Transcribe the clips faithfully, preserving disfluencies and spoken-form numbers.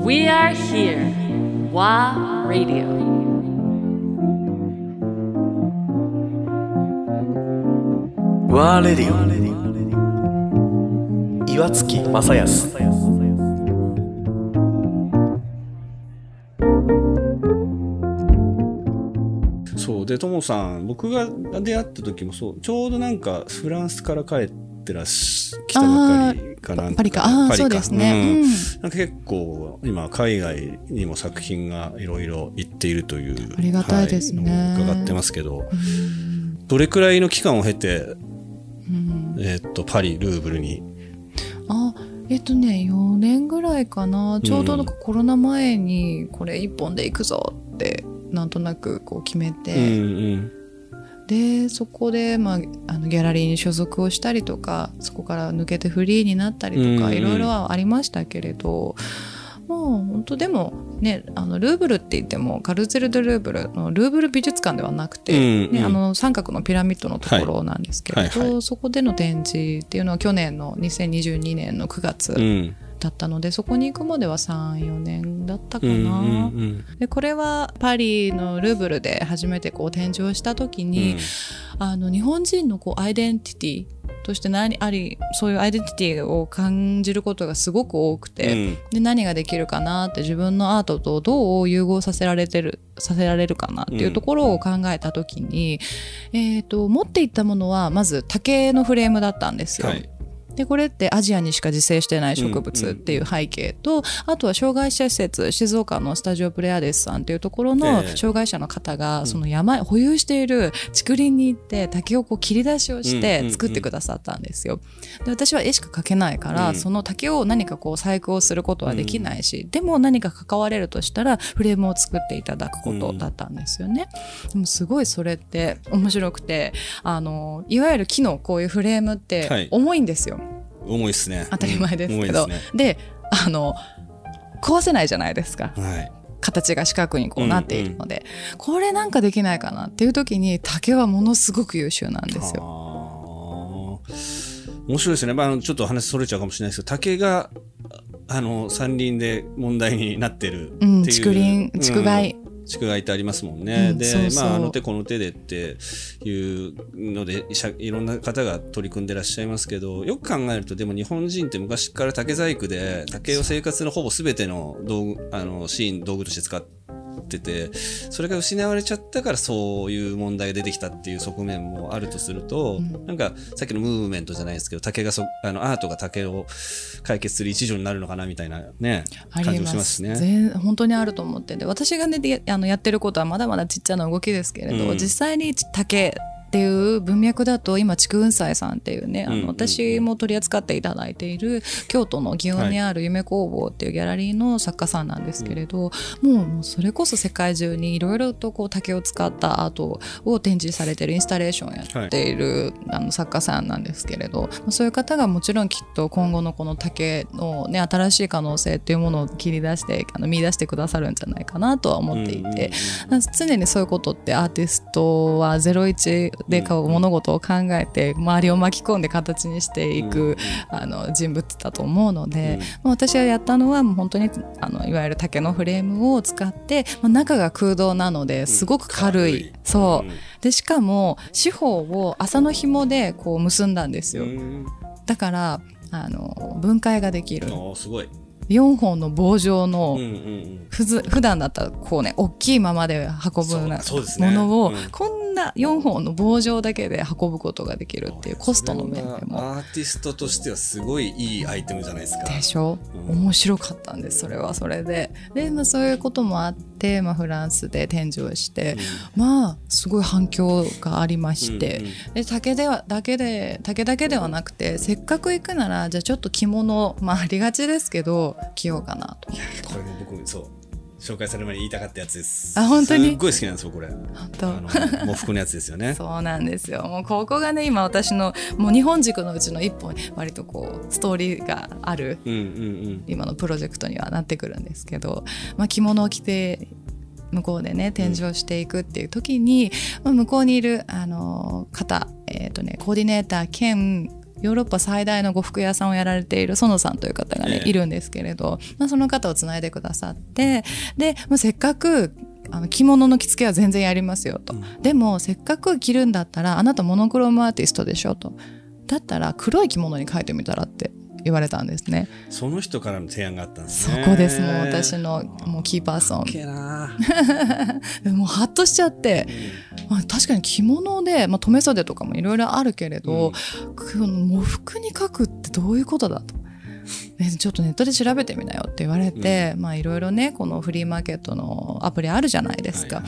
We are here. WA Radio. WA Radio。岩月正康。 そうで、ともさん、僕が出会った時もそう、ちょうどなんかフランスから帰ってらっし来たばかりかなんか、 パリか、ああ、そうですね。 うん、なんか結構今海外にも作品がいろいろ行っているという、 ありがたいですね。 はい、伺ってますけど、うん、どれくらいの期間を経て、うん、えー、っとパリルーブルに。 あ、えっとねよねんぐらいかな。ちょうどなんかコロナ前にこれ一本で行くぞってなんとなくこう決めて、うんうん、でそこで、まあ、あのギャラリーに所属をしたりとか、そこから抜けてフリーになったりとか、いろいろはありましたけれど、もう本当でもね、あのルーブルって言ってもカルツェル・ド・ルーブルのルーブル美術館ではなくて、うんうんね、あの三角のピラミッドのところなんですけれど、はいはいはい、そこでの展示っていうのは去年のにせんにじゅうにねんのくがつ、うんだったので、そこに行くまでは さん,よ 年だったかな、うんうんうん、でこれはパリのルーブルで初めてこう展示をした時に、うん、あの日本人のこうアイデンティティとして何あり、そういうアイデンティティを感じることがすごく多くて、うん、で何ができるかなって、自分のアートとどう融合させられてるさせられるかなっていうところを考えた時に、うん、えーと、持っていったものはまず竹のフレームだったんですよ、はい。でこれってアジアにしか自生してない植物っていう背景と、うんうん、あとは障害者施設、静岡のスタジオプレアデスさんっていうところの障害者の方がその山、うん、保有している竹林に行って竹をこう切り出しをして作ってくださったんですよ。で私は絵しか描けないから、うん、その竹を何かこう細工をすることはできないし、うん、でも何か関われるとしたらフレームを作っていただくことだったんですよね、うん、でもすごいそれって面白くて、あのいわゆる木のこういうフレームって重いんですよ、はい、 重いですね。 当たり前ですけど、うん、で、ね、であの壊せないじゃないですか、はい、形が四角にこうなっているので、うんうん、これなんかできないかなっていう時に竹はものすごく優秀なんですよ。 面白いですね、まあ、ちょっと話それちゃうかもしれないですけど、竹があの山林で問題になってるっていう、うん、 竹林、竹害、うん竹害ってありますもんね、うん、でそうそう、 まあ、あの手この手でっていうのでいろんな方が取り組んでらっしゃいますけど、よく考えるとでも日本人って昔から竹細工で竹を生活のほぼ全ての道具、あのシーン道具として使ってて、それが失われちゃったからそういう問題が出てきたっていう側面もあるとすると、うん、なんかさっきのムーブメントじゃないですけど、竹がそあのアートが竹を解決する一助になるのかなみたいなね感じもしますね。 全本当にあると思ってて、私がねあのやってることはまだまだちっちゃな動きですけれど、うん、実際に竹っていう文脈だと今竹雲斎さんっていうね、あの私も取り扱っていただいている京都の祇園にある夢工房っていうギャラリーの作家さんなんですけれど、うん、もうそれこそ世界中にいろいろとこう竹を使ったアートを展示されているインスタレーションをやっている、はい、あの作家さんなんですけれど、そういう方がもちろんきっと今後のこの竹の、ね、新しい可能性っていうものを切り出してあの見出してくださるんじゃないかなとは思っていて、うんうん、常にそういうことってアーティストはゼロイチで物事を考えて周りを巻き込んで形にしていく、うん、あの人物だと思うので、うん、私がやったのはもう本当にあのいわゆる竹のフレームを使って、まあ、中が空洞なのですごく軽い、うん、軽いそう、うん、でしかも四方を麻の紐でこう結んだんですよ、うん、だからあの分解ができる。 おー、すごい。 よんほんの棒状の、うんうんうん、ふず普段だったらこうね大きいままで運ぶものを、ね、うん、こんなよんほんの棒状だけで運ぶことができるっていうコストの面でもアーティストとしてはすごいいいアイテムじゃないですか。 でしょ、うん、面白かったんです。それはそれでで、まあ、そういうこともあって、まあ、フランスで展示をして、うん、まあすごい反響がありまして、うんうん、で竹ではだけで竹だけではなくて、せっかく行くならじゃあちょっと着物、まあありがちですけど着ようかなと。 いやこれも僕そう紹介される前に言いたかったやつです。 あ、本当にすっごい好きなんですよこれ。本当。あの喪服のやつですよね。 そうなんですよ。もうここがね今私のもう日本軸のうちの一本割とこうストーリーがある、うんうんうん、今のプロジェクトにはなってくるんですけど、まあ、着物を着て向こうでね展示をしていくっていう時に、うん、まあ、向こうにいるあの方、えーとね、コーディネーター兼ヨーロッパ最大の呉服屋さんをやられている園さんという方がね、ええ、いるんですけれど、まあ、その方をつないでくださって、で、まあ、せっかくあの着物の着付けは全然やりますよと、うん、でもせっかく着るんだったらあなたモノクロームアーティストでしょと、だったら黒い着物に描いてみたらって言われたんですね。 その人からの提案があったんですね。 そこです。もう私のもうキーパーソン。 かっけえなもうハッとしちゃって、うん、まあ、確かに着物で、まあ、留め袖とかもいろいろあるけれど、うん、喪服に描くってどういうことだと。ちょっとネットで調べてみなよって言われて、うん、まあいろいろねこのフリーマーケットのアプリあるじゃないですか、はいはい、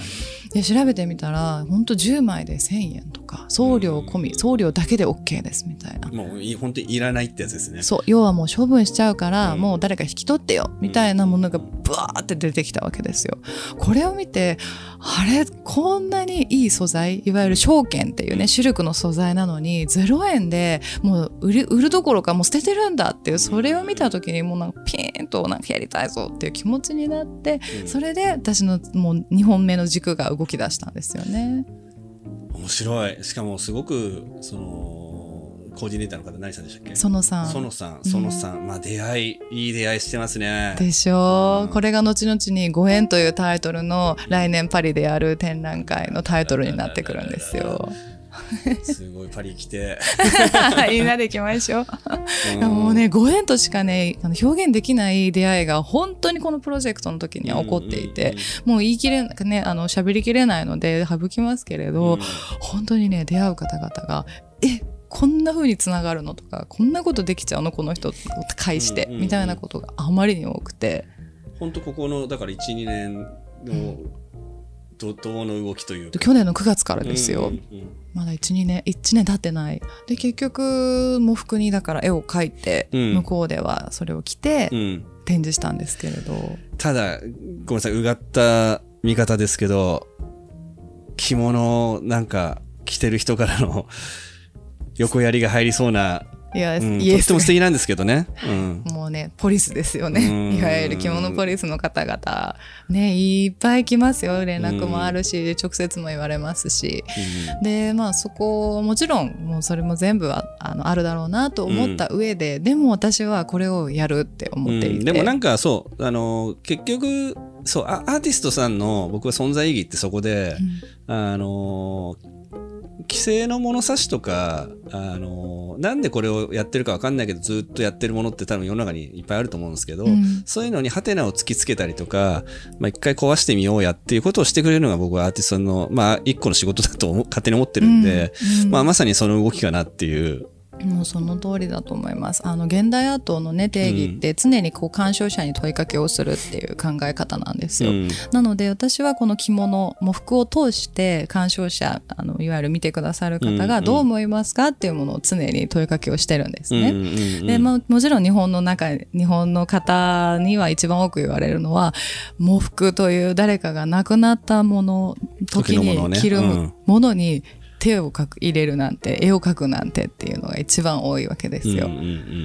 で調べてみたら本当じゅうまいでせんえんとか送料込み、うん、送料だけで OK ですみたいな、 もう本当にいらないってやつですね。 そう、要はもう処分しちゃうから、うん、もう誰か引き取ってよみたいなものがブワーって出てきたわけですよ。これを見てあれこんなにいい素材、いわゆる証券っていうねシルクの素材なのにゼロえんでもう売る、売るどころかもう捨ててるんだっていう、それを見た時にもうなんかピーンとなんかやりたいぞっていう気持ちになって、それで私のもうにほんめの軸が動き出したんですよね。 面白い。しかもすごくそのコーディネーターの方何さんでしたっけ？ 園さん。 園さん、園さん、うん、まあ出会いいい出会いしてますね。 でしょう、うん、これが後々にご縁というタイトルの来年パリでやる展覧会のタイトルになってくるんですよ。 すごいパリ来てみんなで行きましょう、うん、もうねご縁としかね表現できない出会いが本当にこのプロジェクトの時には起こっていて、うんうんうん、もう言い切れねあの喋りきれないので省きますけれど、うん、本当にね出会う方々がえこんな風につながるのとかこんなことできちゃうのこの人を介して、うんうんうん、みたいなことがあまりに多くて、 本当ここのだから いちにねんの、うん怒涛の動きというか去年のくがつからですよ、うんうんうん、まだいちにねんいちねん経ってないで、結局喪服にだから絵を描いて、うん、向こうではそれを着て展示したんですけれど、うん、 ただごめんなさいうがった見方ですけど、着物なんか着てる人からの横やりが入りそうないや、うん、とっても素敵なんですけどね、うん、 もうねポリスですよね、いわゆる着物ポリスの方々ねいっぱい来ますよ。連絡もあるし直接も言われますし、うん、でまあそこもちろんもうそれも全部 あ, あ, のあるだろうなと思った上で、うん、でも私はこれをやるって思っていて、うん、 でもなんかそうあの結局そうアーティストさんの僕は存在意義ってそこで、うん、あの既成の物差しとかあのなんでこれをやってるか分かんないけどずっとやってるものって多分世の中にいっぱいあると思うんですけど、うん、そういうのにハテナを突きつけたりとか、まあ、一回壊してみようやっていうことをしてくれるのが僕はアーティストの、まあ、一個の仕事だと勝手に思ってるんで、うんうんまあ、まさにその動きかなっていうもうその通りだと思います。あの現代アートの、ね、定義って常にこう鑑賞者に問いかけをするっていう考え方なんですよ、うん、なので私はこの着物喪服を通して鑑賞者あのいわゆる見てくださる方がどう思いますかっていうものを常に問いかけをしてるんですね、うんうんうん、で、まあ、もちろん日本の中日本の方には一番多く言われるのは喪服という誰かが亡くなったもの時に着るものに手を描く入れるなんて絵を描くなんてっていうのが一番多いわけですよ、 うんうんうん、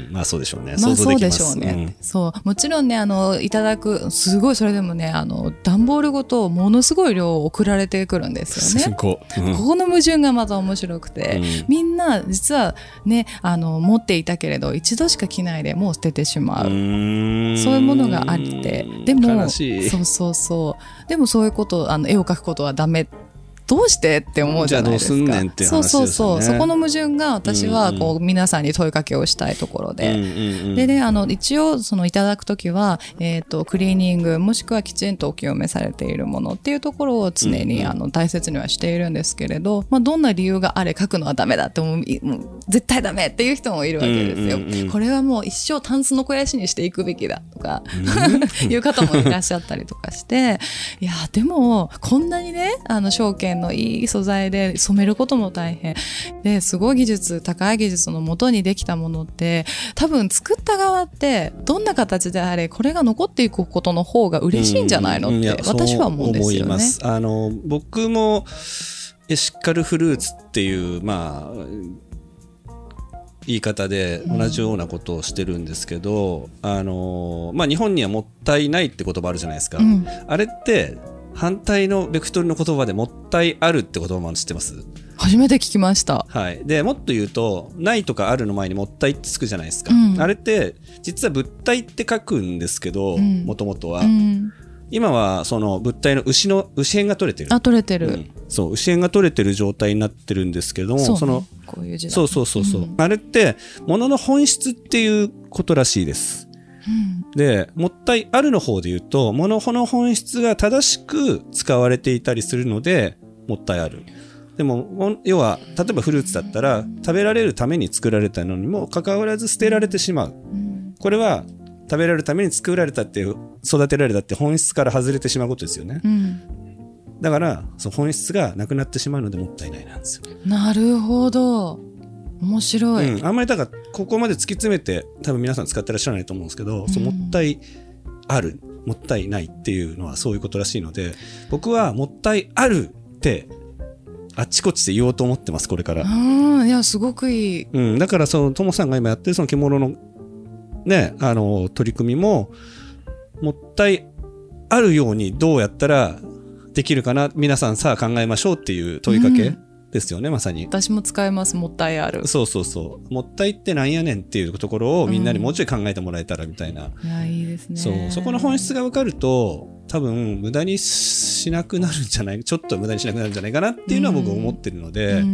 まあそうでしょうね。 まあそうでしょうね、 うん、そうもちろんねあのいただくすごいそれでもねあの段ボールごとものすごい量送られてくるんですよね。 すごい、うん、 ここの矛盾がまた面白くて、うん、みんな実はねあの持っていたけれど一度しか着ないでもう捨ててしまう、うーんそういうものがあってでも悲しいそうそうそうでもそういうことあの絵を描くことはダメどうしてって思うじゃないですか。 じゃあどうすんねんっていう話ですよね。 そうそうそうそこの矛盾が私はこう皆さんに問いかけをしたいところで、うんうんうん、でねあの一応そのいただくときは、えーと、クリーニングもしくはきちんとお清めされているものっていうところを常に、うんうん、あの大切にはしているんですけれど、まあ、どんな理由があれ書くのはダメだってもうもう絶対ダメっていう人もいるわけですよ、うんうんうん、これはもう一生タンスの肥やしにしていくべきだとか、うん、いう方もいらっしゃったりとかしていやでもこんなにねあの証券のいい素材で染めることも大変ですごい技術高い技術のもとにできたものって多分作った側ってどんな形であれこれが残っていくことの方が嬉しいんじゃないのって、うん、い私は思うんですよね。 そう思います。あの僕もエシカルフルーツっていうまあ言い方で同じようなことをしてるんですけど、うんあのまあ、日本にはもったいないって言葉あるじゃないですか、うん、あれって反対のベクトルの言葉でもったいあるって言葉も知ってます？ 初めて聞きました。 はい、でもっと言うとないとかあるの前にもったいってつくじゃないですか、うん、あれって実は物体って書くんですけどもともとは、うん、今はその物体の牛の牛辺が取れてるあ取れてる、うん、 そう牛辺が取れてる状態になってるんですけども、 そう、ね、 そのこういう字だ、 そうそうそうそう、うん、あれって物の本質っていうことらしいです、うん、でもったいあるの方で言うと物の本質が正しく使われていたりするのでもったいある。でも要は例えばフルーツだったら食べられるために作られたのにもかかわらず捨てられてしまう、うん、これは食べられるために作られたっていう育てられたって本質から外れてしまうことですよね、うん、だからその本質がなくなってしまうのでもったいないなんですよ。 なるほど、面白い、 うん、あんまりだからここまで突き詰めて多分皆さん使ってらっしゃらないと思うんですけど、うん、そうもったいあるもったいないっていうのはそういうことらしいので、僕はもったいあるってあっちこっちで言おうと思ってますこれから。 うん、いやすごくいい、 うん、だからそのともさんが今やってるその獣のねあの取り組みももったいあるようにどうやったらできるかな皆さんさあ考えましょうっていう問いかけですよね、うん、まさに。 私も使いますもったいある。 そうそうそうもったいってなんやねんっていうところをみんなにもうちょい考えてもらえたらみたいな、 うん、いやいいですね。 そうそこの本質が分かると多分無駄にしなくなるんじゃないちょっと無駄にしなくなるんじゃないかなっていうのは僕は思ってるので、うん、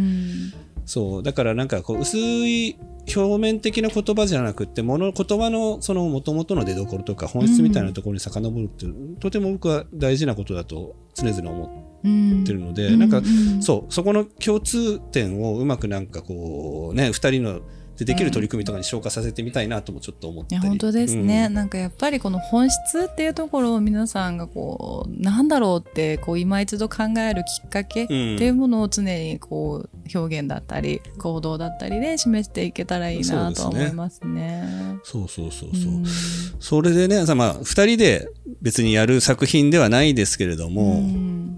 そうだからなんかこう薄い表面的な言葉じゃなくってもの言葉のその元々の出所とか本質みたいなところに遡るっていう、うん、とても僕は大事なことだと常々思ってるので、うん、なんか、うん、そうそこの共通点をうまくなんかこうねふたりのでできる取り組みとかに消化させてみたいなともちょっと思ったり、 いや本当ですね、うん、なんかやっぱりこの本質っていうところを皆さんがこうなんだろうってこう今一度考えるきっかけっていうものを常にこう表現だったり行動だったりで示していけたらいいなと思いますね。 そうそうそうそう、うん、それでねまあふたりで別にやる作品ではないですけれども、うん、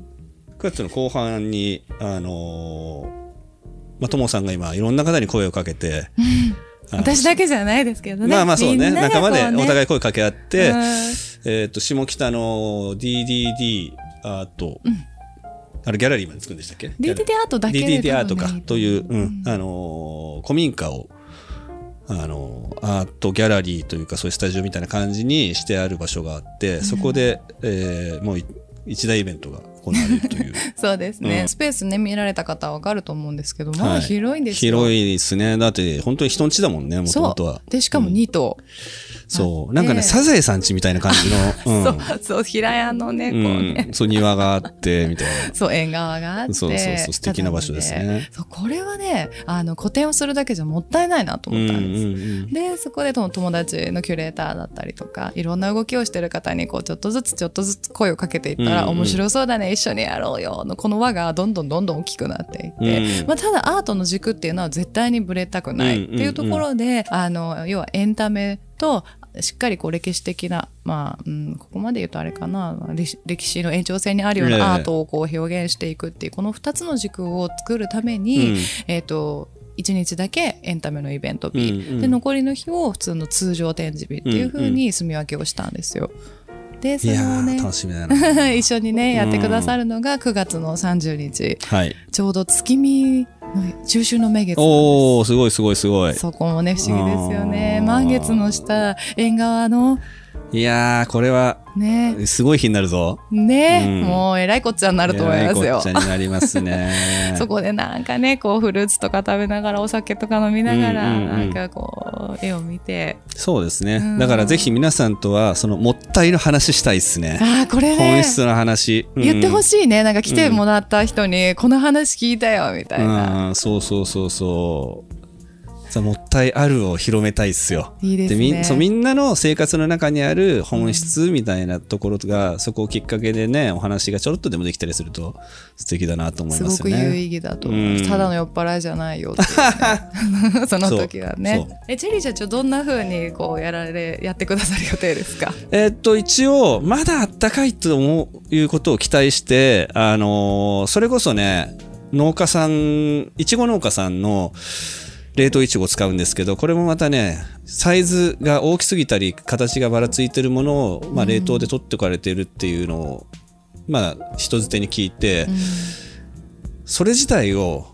くがつの後半にあのーまあ、ともさんが今いろんな方に声をかけて私だけじゃないですけどね。 まあまあそうね仲間でお互い声かけ合って、えー、と下北の ディーディーディー アート、うん、あれギャラリーまで作るんでしたっけ？ ディーディーディー アートだけでディーディーディー アートかという、うんあのー、古民家をあのアートギャラリーというかそういうスタジオみたいな感じにしてある場所があって、うん、そこで、えー、もう一大イベントが行われるというそうですね、うん、スペースね見られた方は分かると思うんですけど、まあ広いんですよ、 はい、広いですね。だって本当に人ん家だもんねもともとは。 でしかもに棟、うん、 そうなんかねサザエさん家みたいな感じの、うん、 そうそう平屋のねこうね、 うん、そう庭があってみたいなそう縁側があってそうそうそう素敵な場所ですね。 そうこれはねあの個展をするだけじゃもったいないなと思ったんです、うんうんうん、でそこで友達のキュレーターだったりとかいろんな動きをしてる方にこうちょっとずつちょっとずつ声をかけていったら、うんうん、面白そうだね一緒にやろうよのこの輪がどんどんどんどん大きくなっていって、うんまあ、ただアートの軸っていうのは絶対にぶれたくないっていうところで、うんうんうん、あの要はエンタメとしっかりこう歴史的な、まあうん、ここまで言うとあれかな歴史の延長線にあるようなアートをこう表現していくっていうこのふたつの軸を作るために、うんえーといちにちだけエンタメのイベント日、うんうん、で残りの日を普通の通常展示日っていう風に住み分けをしたんですよ。でそれをね楽しみだな一緒にねやってくださるのがくがつのさんじゅうにち、 はい、 ちょうど月見の中秋の名月なんです。 おーすごいすごいすごい。 そこもね不思議ですよね。満月の下縁側のいやーこれはねすごい日になるぞね、うん、もうえらいこっちゃになると思いますよ。えらいこっちゃになりますねそこでなんかねこうフルーツとか食べながらお酒とか飲みながら、うんうんうん、なんかこう絵を見てそうですね、うん、だからぜひ皆さんとはそのもったいの話したいですね。 あーこれね本質の話、 うん、言ってほしいね。なんか来てもらった人に、うん、この話聞いたよみたいな、 うん、そうそうそうそうもったいあるを広めたいっすよ。 いいですね。 でみそうみんなの生活の中にある本質みたいなところが、うん、そこをきっかけでねお話がちょろっとでもできたりすると素敵だなと思いますよね。 すごく有意義だと思います、うん、ただの酔っ払いじゃないよっていう、ね、その時はね。えチェリー社長どんな風にこうやられやってくださる予定ですか？ えー、っと一応まだあったかいと思ういうことを期待してあのー、それこそね農家さんいちご農家さんの冷凍いちごを使うんですけどこれもまたねサイズが大きすぎたり形がばらついてるものを、まあ、冷凍で取っておかれてるっていうのを、まあ、人づてに聞いて、うん、それ自体を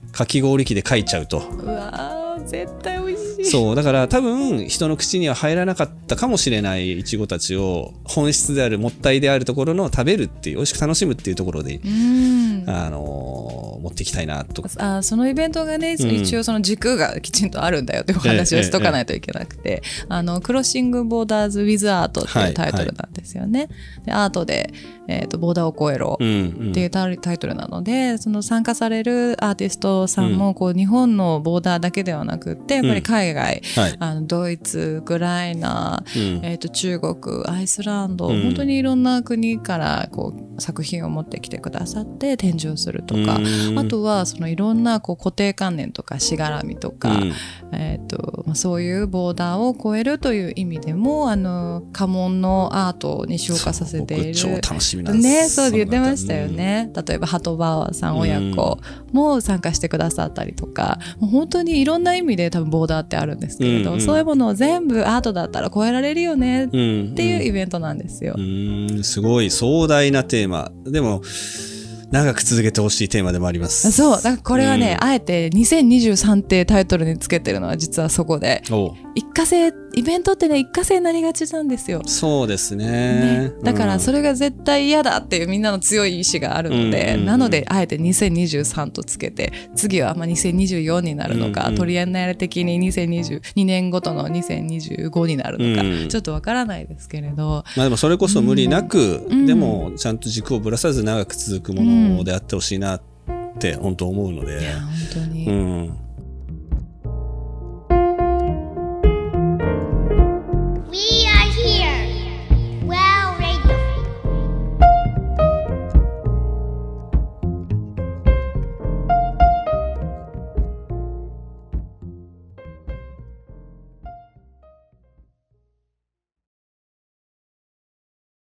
かき氷機で書いちゃうと。 うわー絶対美味しい。 そうだから多分人の口には入らなかったかもしれないいちごたちを本質であるもったいであるところの食べるっていう美味しく楽しむっていうところで、うんあのー、持っていきたいなと。 あそのイベントがね、うん、一応その軸がきちんとあるんだよってお話をしとかないといけなくて、ええええ、あのクロッシングボーダーズウィズアートっていうタイトルなんですよね、はいはい、でアートで、えーと、ボーダーを越えろっていうタイトルなので、うんうん、その参加されるアーティストさんもこう日本のボーダーだけではなくってやっぱり海外、うんはい、あのドイツ、ウクライナ、うんえー、と中国、アイスランド、うん、本当にいろんな国からこう作品を持ってきてくださって展示をするとか、うん、あとはそのいろんなこう固定観念とかしがらみとか、うんえーとまあ、そういうボーダーを超えるという意味でもあの家紋のアートに昇華させている。 超楽しみなんですね、そう言ってましたよね、うん、例えばハトバウアーさん親子も参加してくださったりとか、もう本当にいろんな意味で多分ボーダーってあるんですけれど、うんうん、そういうものを全部アートだったら超えられるよねっていうイベントなんですよ、 うんうん、すごい壮大なテーマでも長く続けてほしいテーマでもあります。 そうだからこれはね、うん、あえてにせんにじゅうさんってタイトルにつけてるのは実はそこで一過性イベントってね一過性になりがちなんですよ。 そうです ね, ねだからそれが絶対嫌だっていうみんなの強い意志があるので、うんうんうん、なのであえてにせんにじゅうさんとつけて次はまあにせんにじゅうよんになるのか、うんうん、トリエンナーレ的ににせんにじゅうにねんごとのにせんにじゅうごになるのか、うん、ちょっとわからないですけれど、 まあ、でもそれこそ無理なく、うん、でもちゃんと軸をぶらさず長く続くものであってほしいなって本当思うので、 いや本当に、 うん